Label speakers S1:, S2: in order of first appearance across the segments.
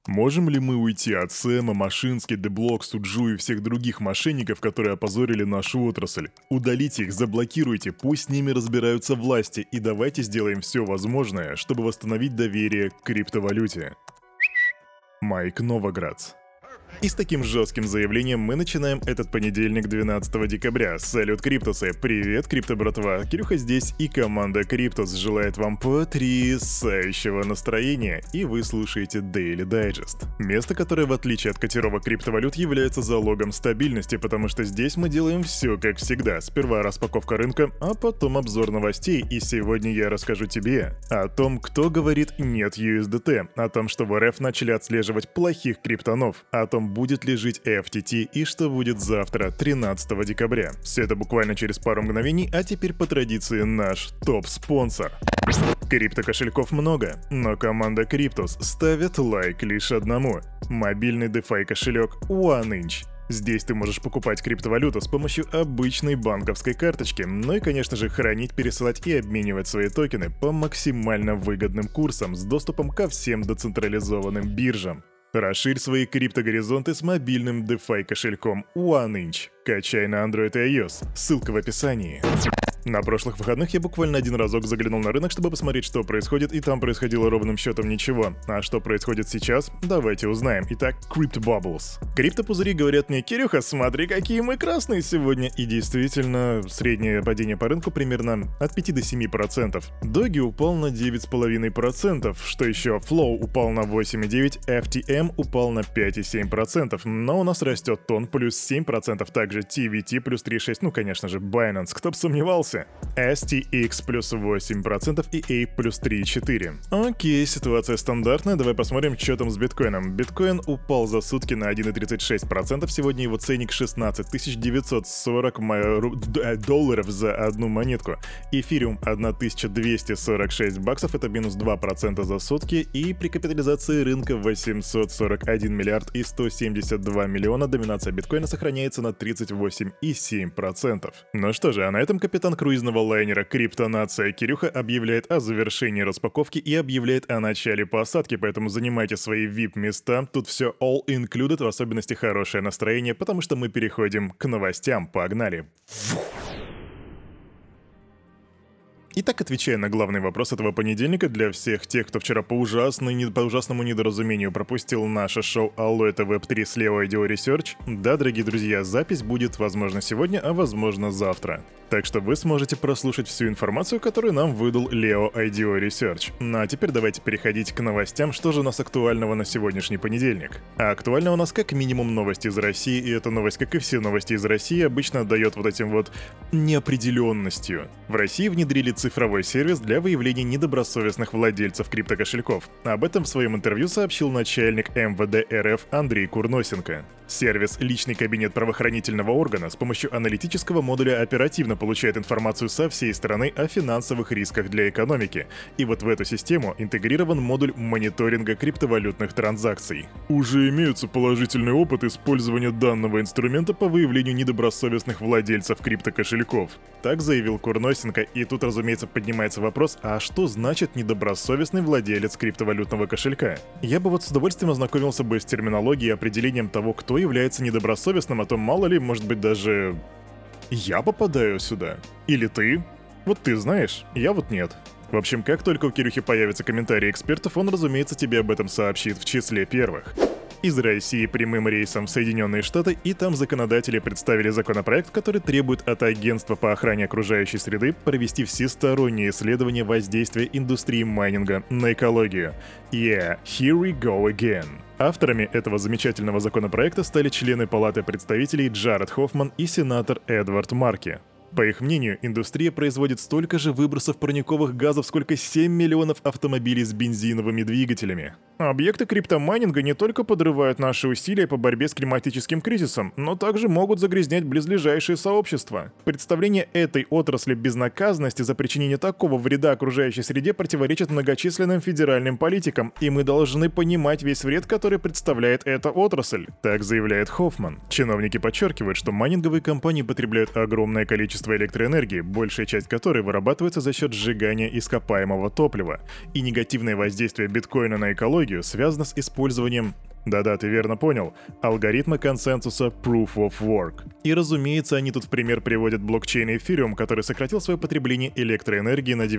S1: Можем ли мы уйти от Сэма, Машински, Деблок, Суджу и всех других мошенников, которые опозорили нашу отрасль? Удалите их, заблокируйте, пусть с ними разбираются власти, и давайте сделаем все возможное, чтобы восстановить доверие к криптовалюте. Майк Новоградц. И с таким жестким заявлением мы начинаем этот понедельник, 12 декабря. Салют, Криптусы! Привет, крипто братва! Кирюха здесь, и команда Криптус желает вам потрясающего настроения, и вы слушаете Daily Digest. Место, которое, в отличие от котировок криптовалют, является залогом стабильности, потому что здесь мы делаем все как всегда. Сперва распаковка рынка, а потом обзор новостей, и сегодня я расскажу тебе о том, кто говорит «нет» USDT, о том, что в РФ начали отслеживать плохих криптонов, о том, будет ли жить FTT и что будет завтра, 13 декабря. Все это буквально через пару мгновений, а теперь по традиции наш топ-спонсор. Крипто-кошельков много, но команда Криптус ставит лайк лишь одному – мобильный DeFi кошелек OneInch. Здесь ты можешь покупать криптовалюту с помощью обычной банковской карточки, ну и, конечно же, хранить, пересылать и обменивать свои токены по максимально выгодным курсам с доступом ко всем децентрализованным биржам. Расширь свои криптогоризонты с мобильным DeFi кошельком OneInch. Качай на Android и iOS. Ссылка в описании. На прошлых выходных я буквально один разок заглянул на рынок, чтобы посмотреть, что происходит, и там происходило ровным счетом ничего. А что происходит сейчас? Давайте узнаем. Итак, Crypto Bubbles. Криптопузыри говорят мне: «Кирюха, смотри, какие мы красные сегодня!» И действительно, среднее падение по рынку примерно от 5 до 7%. Доги упал на 9,5%. Что еще? Flow упал на 8,9%, FTM упал на 5,7%. Но у нас растет тон плюс 7%, также TVT плюс 3,6%, ну конечно же Binance, кто бы сомневался. STX плюс 8% и Ape плюс 3,4%. Окей, ситуация стандартная, давай посмотрим, что там с биткоином. Биткоин упал за сутки на 1,36%, сегодня его ценник 16 940 долларов за одну монетку. Эфириум 1246 баксов, это минус 2% за сутки, и при капитализации рынка 841 миллиард и 172 миллиона доминация биткоина сохраняется на 38,7%. Ну что же, а на этом капитан круизного лайнера Криптонация Кирюха объявляет о завершении распаковки и объявляет о начале посадки, поэтому занимайте свои VIP-места. Тут все all included, в особенности хорошее настроение, потому что мы переходим к новостям. Погнали! Итак, отвечая на главный вопрос этого понедельника, для всех тех, кто вчера по ужасному недоразумению пропустил наше шоу «Алло, это Web3» с Leo IDO Research, да, дорогие друзья, запись будет, возможно, сегодня, а возможно, завтра. Так что вы сможете прослушать всю информацию, которую нам выдал Leo IDO Research. Ну а теперь давайте переходить к новостям, что же у нас актуального на сегодняшний понедельник. А актуально у нас как минимум новости из России, и эта новость, как и все новости из России, обычно отдает вот этим вот неопределенностью. В России внедрили цифровой сервис для выявления недобросовестных владельцев криптокошельков. Об этом в своем интервью сообщил начальник МВД РФ Андрей Курносенко. Сервис «Личный кабинет правоохранительного органа» с помощью аналитического модуля оперативно получает информацию со всей страны о финансовых рисках для экономики. И вот в эту систему интегрирован модуль мониторинга криптовалютных транзакций. Уже имеется положительный опыт использования данного инструмента по выявлению недобросовестных владельцев криптокошельков. Так заявил Курносенко, и тут, разумеется, поднимается вопрос, а что значит недобросовестный владелец криптовалютного кошелька? Я бы вот с удовольствием ознакомился бы с терминологией и определением того, кто является недобросовестным, а то мало ли, может быть, даже я попадаю сюда. Или ты. Вот ты знаешь, я вот нет. В общем, как только у Кирюхи появятся комментарии экспертов, он, разумеется, тебе об этом сообщит в числе первых. Из России прямым рейсом в Соединенные Штаты, и там законодатели представили законопроект, который требует от Агентства по охране окружающей среды провести всестороннее исследование воздействия индустрии майнинга на экологию. Yeah, here we go again. Авторами этого замечательного законопроекта стали члены Палаты представителей Джаред Хоффман и сенатор Эдвард Марки. По их мнению, индустрия производит столько же выбросов парниковых газов, сколько 7 миллионов автомобилей с бензиновыми двигателями. Объекты криптомайнинга не только подрывают наши усилия по борьбе с климатическим кризисом, но также могут загрязнять близлежащие сообщества. Представление этой отрасли безнаказанности за причинение такого вреда окружающей среде противоречит многочисленным федеральным политикам, и мы должны понимать весь вред, который представляет эта отрасль, так заявляет Хоффман. Чиновники подчеркивают, что майнинговые компании потребляют огромное количество электроэнергии, большая часть которой вырабатывается за счет сжигания ископаемого топлива, и негативное воздействие биткоина на экологию технологию связано с использованием... Да-да, ты верно понял. Алгоритмы консенсуса Proof of Work. И разумеется, они тут в пример приводят блокчейн Ethereum, который сократил свое потребление электроэнергии на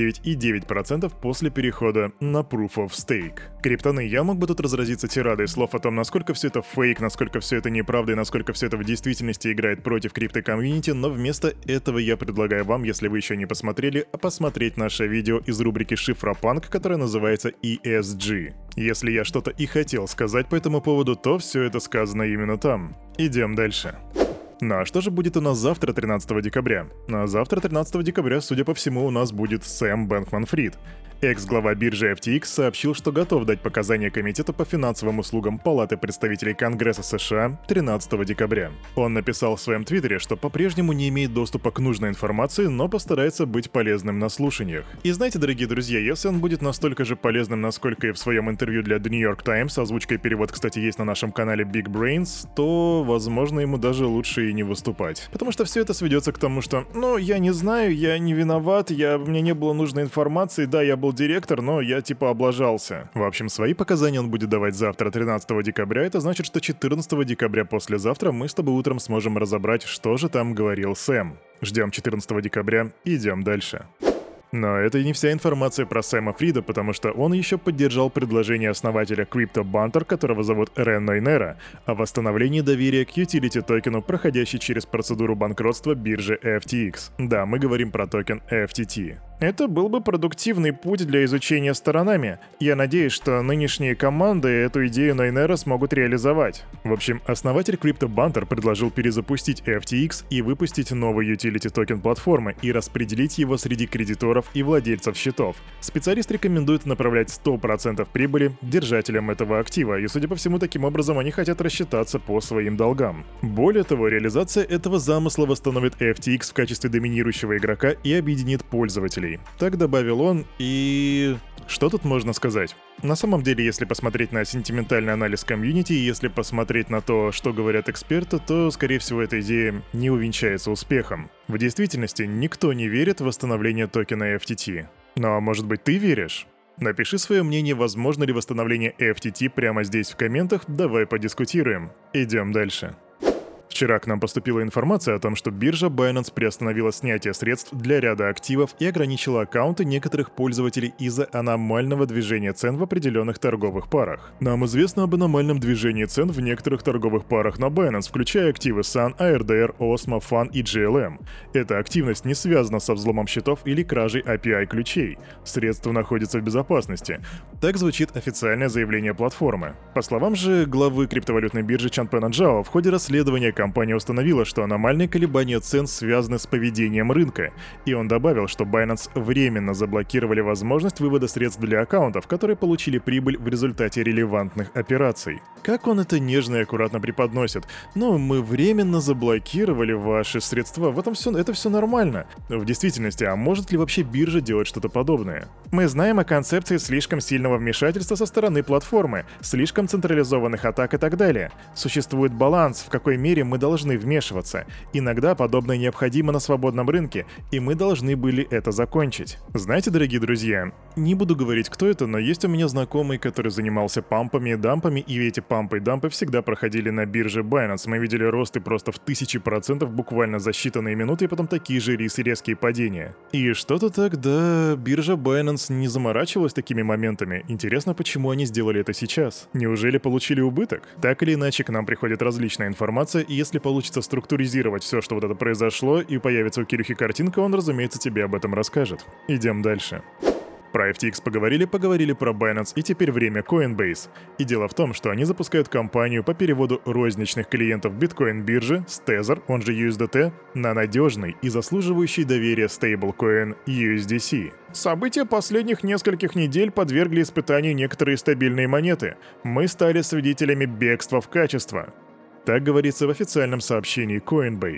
S1: 99,9% после перехода на Proof of Stake. Криптоны, я мог бы тут разразиться тирадой слов о том, насколько все это фейк, насколько все это неправда и насколько все это в действительности играет против крипто-комьюнити, но вместо этого я предлагаю вам, если вы еще не посмотрели, посмотреть наше видео из рубрики «Шифропанк», которое называется ESG. Если я что-то и хотел сказать по этому поводу, то все это сказано именно там. Идем дальше. Ну а что же будет у нас завтра, 13 декабря? А завтра, 13 декабря, судя по всему, у нас будет Сэм Бэнкман-Фрид. Экс-глава биржи FTX сообщил, что готов дать показания Комитету по финансовым услугам Палаты представителей Конгресса США 13 декабря. Он написал в своем твиттере, что по-прежнему не имеет доступа к нужной информации, но постарается быть полезным на слушаниях. И знаете, дорогие друзья, если он будет настолько же полезным, насколько и в своем интервью для The New York Times, озвучка и перевод, кстати, есть на нашем канале Big Brains, то, возможно, ему даже лучше и не выступать. Потому что все это сведется к тому, что, я не знаю, я не виноват, мне не было нужной информации, да, я был директор, но я типа облажался. В общем, свои показания он будет давать завтра, 13 декабря. Это значит, что 14 декабря послезавтра мы с тобой утром сможем разобрать, что же там говорил Сэм. Ждем 14 декабря, идем дальше. Но это и не вся информация про Сэма Фрида, потому что он еще поддержал предложение основателя CryptoBunter, которого зовут Рен Нойнера, о восстановлении доверия к utility-токену, проходящей через процедуру банкротства биржи FTX. Да, мы говорим про токен FTT. Это был бы продуктивный путь для изучения сторонами. Я надеюсь, что нынешние команды эту идею Нойнера смогут реализовать. В общем, основатель CryptoBunter предложил перезапустить FTX и выпустить новый utility-токен платформы и распределить его среди кредиторов и владельцев счетов. Специалист рекомендует направлять 100% прибыли держателям этого актива, и, судя по всему, таким образом они хотят рассчитаться по своим долгам. Более того, реализация этого замысла восстановит FTX в качестве доминирующего игрока и объединит пользователей. Так добавил он, и... Что тут можно сказать? На самом деле, если посмотреть на сентиментальный анализ комьюнити, и если посмотреть на то, что говорят эксперты, то, скорее всего, эта идея не увенчается успехом. В действительности, никто не верит в восстановление токена FTT. Но, может быть, ты веришь? Напиши свое мнение, возможно ли восстановление FTT прямо здесь в комментах, давай подискутируем. Идем дальше. Вчера к нам поступила информация о том, что биржа Binance приостановила снятие средств для ряда активов и ограничила аккаунты некоторых пользователей из-за аномального движения цен в определенных торговых парах. Нам известно об аномальном движении цен в некоторых торговых парах на Binance, включая активы Sun, ARDR, Osmo, FAN и GLM. Эта активность не связана со взломом счетов или кражей API-ключей. Средства находятся в безопасности. Так звучит официальное заявление платформы. По словам же главы криптовалютной биржи Чанпэна Джао, в ходе расследования компания установила, что аномальные колебания цен связаны с поведением рынка, и он добавил, что Binance временно заблокировали возможность вывода средств для аккаунтов, которые получили прибыль в результате релевантных операций. Как он это нежно и аккуратно преподносит. Мы временно заблокировали ваши средства, это все нормально. В действительности, а может ли вообще биржа делать что-то подобное? Мы знаем о концепции слишком сильного вмешательства со стороны платформы, слишком централизованных атак и так далее. Существует баланс, в какой мере мы должны вмешиваться. Иногда подобное необходимо на свободном рынке, и мы должны были это закончить. Знаете, дорогие друзья, не буду говорить, кто это, но есть у меня знакомый, который занимался пампами и дампами, и эти пампы и дампы всегда проходили на бирже Binance. Мы видели росты просто в 1000% буквально за считанные минуты, и потом такие же резкие падения. И что-то тогда биржа Binance не заморачивалась такими моментами. Интересно, почему они сделали это сейчас? Неужели получили убыток? Так или иначе, к нам приходит различная информация, и если получится структуризировать все, что вот это произошло, и появится у Кирюхи картинка, он, разумеется, тебе об этом расскажет. Идем дальше. Про FTX поговорили про Binance, и теперь время Coinbase. И дело в том, что они запускают кампанию по переводу розничных клиентов биткоин-биржи с Tether, он же USDT, на надежный и заслуживающий доверия стейблкоин USDC. События последних нескольких недель подвергли испытанию некоторые стабильные монеты. Мы стали свидетелями бегства в качество. Так говорится в официальном сообщении Coinbase.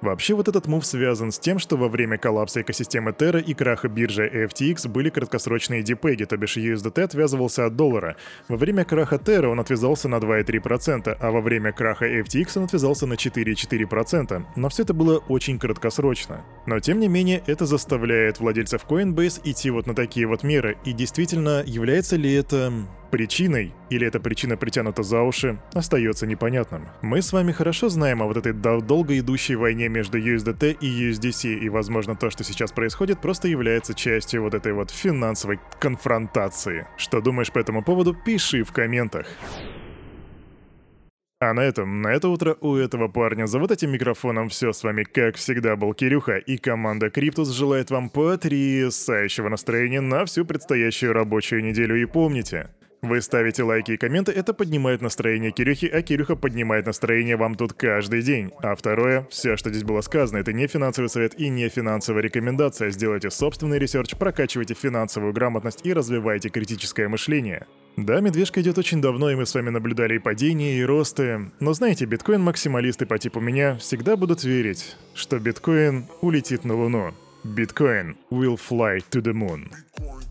S1: Вообще вот этот мув связан с тем, что во время коллапса экосистемы Terra и краха биржи FTX были краткосрочные депеги, то бишь USDT отвязывался от доллара. Во время краха Terra он отвязался на 2,3%, а во время краха FTX он отвязался на 4,4%. Но все это было очень краткосрочно. Но тем не менее, это заставляет владельцев Coinbase идти вот на такие вот меры. И действительно, является ли это причиной, или эта причина притянута за уши, остается непонятным. Мы с вами хорошо знаем о вот этой долго идущей войне между USDT и USDC, и, возможно, то, что сейчас происходит, просто является частью вот этой вот финансовой конфронтации. Что думаешь по этому поводу, пиши в комментах. А на это утро у этого парня за вот этим микрофоном все. С вами, как всегда, был Кирюха, и команда Криптус желает вам потрясающего настроения на всю предстоящую рабочую неделю. И помните, вы ставите лайки и комменты, это поднимает настроение Кирюхи, а Кирюха поднимает настроение вам тут каждый день. А второе, все, что здесь было сказано, это не финансовый совет и не финансовая рекомендация. Сделайте собственный ресерч, прокачивайте финансовую грамотность и развивайте критическое мышление. Да, медвежка идет очень давно, и мы с вами наблюдали и падения, и росты. Но знаете, биткоин-максималисты по типу меня всегда будут верить, что биткоин улетит на Луну. Биткоин will fly to the moon.